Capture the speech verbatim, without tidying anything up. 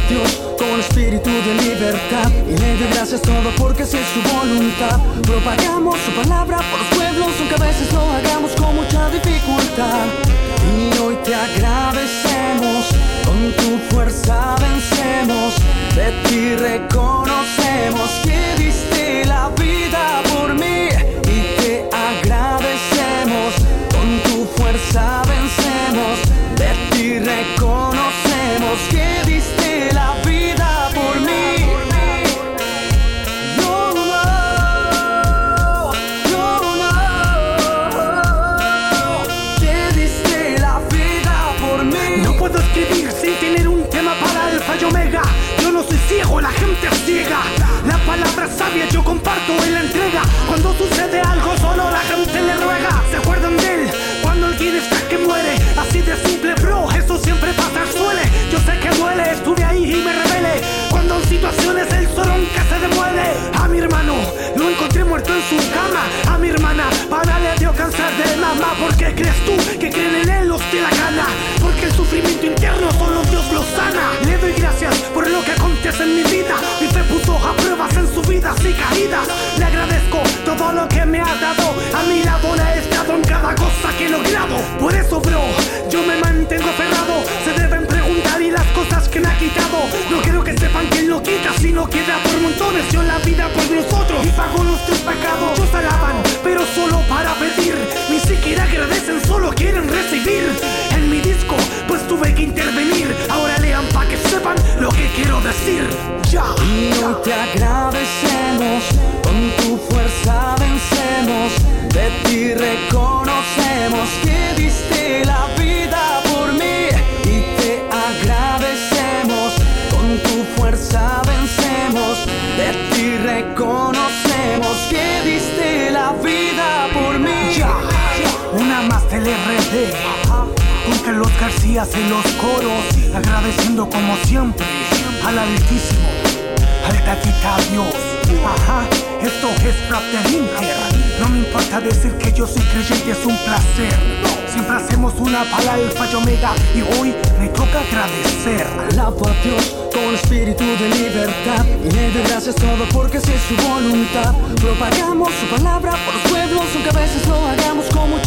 Dios con espíritu de libertad y le doy gracias todo porque así es su voluntad. Propagamos su palabra por los pueblos, aunque a veces lo hagamos con mucha dificultad. Y hoy te agradecemos, con tu fuerza vencemos. De ti reconocemos que diste la vida por mí. Y te agradecemos, con tu fuerza vencemos. De ti reconocemos que diste la vida por mí. No, no, no, no, que diste la vida por mí. No puedo escribir sin tener un tema para Alfa y Omega. Yo no soy ciego, la gente es ciega. La palabra sabia yo comparto en la entrega. Cuando sucede algo solo la gente le ruega. Se acuerdan de él cuando alguien está que muere. Así de simple, bro, eso siempre pasa, suele. Yo sé que duele, estuve ahí y me rebelé. Cuando en situaciones el solo nunca se demuele. A mi hermano lo encontré muerto en su cama. A mi hermana para le dio cáncer de mama. ¿Por qué crees tú que creen en él los de la gana? Porque el sufrimiento interno solo Dios lo sana. Le doy gracias por lo que acontece en mi vida. Mi fe puso a pruebas en subidas y caídas. Le agradezco todo lo que me ha dado. A mi lado le he estado en cada cosa que he logrado. Por eso, bro, yo me mantengo aferrado. Se deben preguntar y las cosas que me ha quitado. No quiero que sepan quién lo quita, sino queda por montones. Dio la vida por nosotros y pagó nuestros pecados. Ellos alaban, pero solo para pedir. Ni siquiera agradecen, solo quieren recibir. En mi disco, pues tuve que intervenir. Ahora lean pa' que sepan lo que quiero decir. Ya. Y hoy te agradecemos, con tu fuerza vencemos. De ti reconocemos que diste la vida por mí. Y te agradecemos, con tu fuerza vencemos. De ti reconocemos que diste la vida por mí. Ya. Una más del R D con Carlos García en los coros, agradeciendo como siempre al Altísimo, al Tatita Dios. Ajá, esto es Rap del Inter. No me importa decir que yo soy creyente, es un placer. Siempre hacemos una para Alfa y Omega y hoy me toca agradecer. Alabo a Dios con espíritu de libertad y le doy gracias todo porque así es su voluntad. Propagamos su palabra por los pueblos, aunque a veces lo hagamos con mucha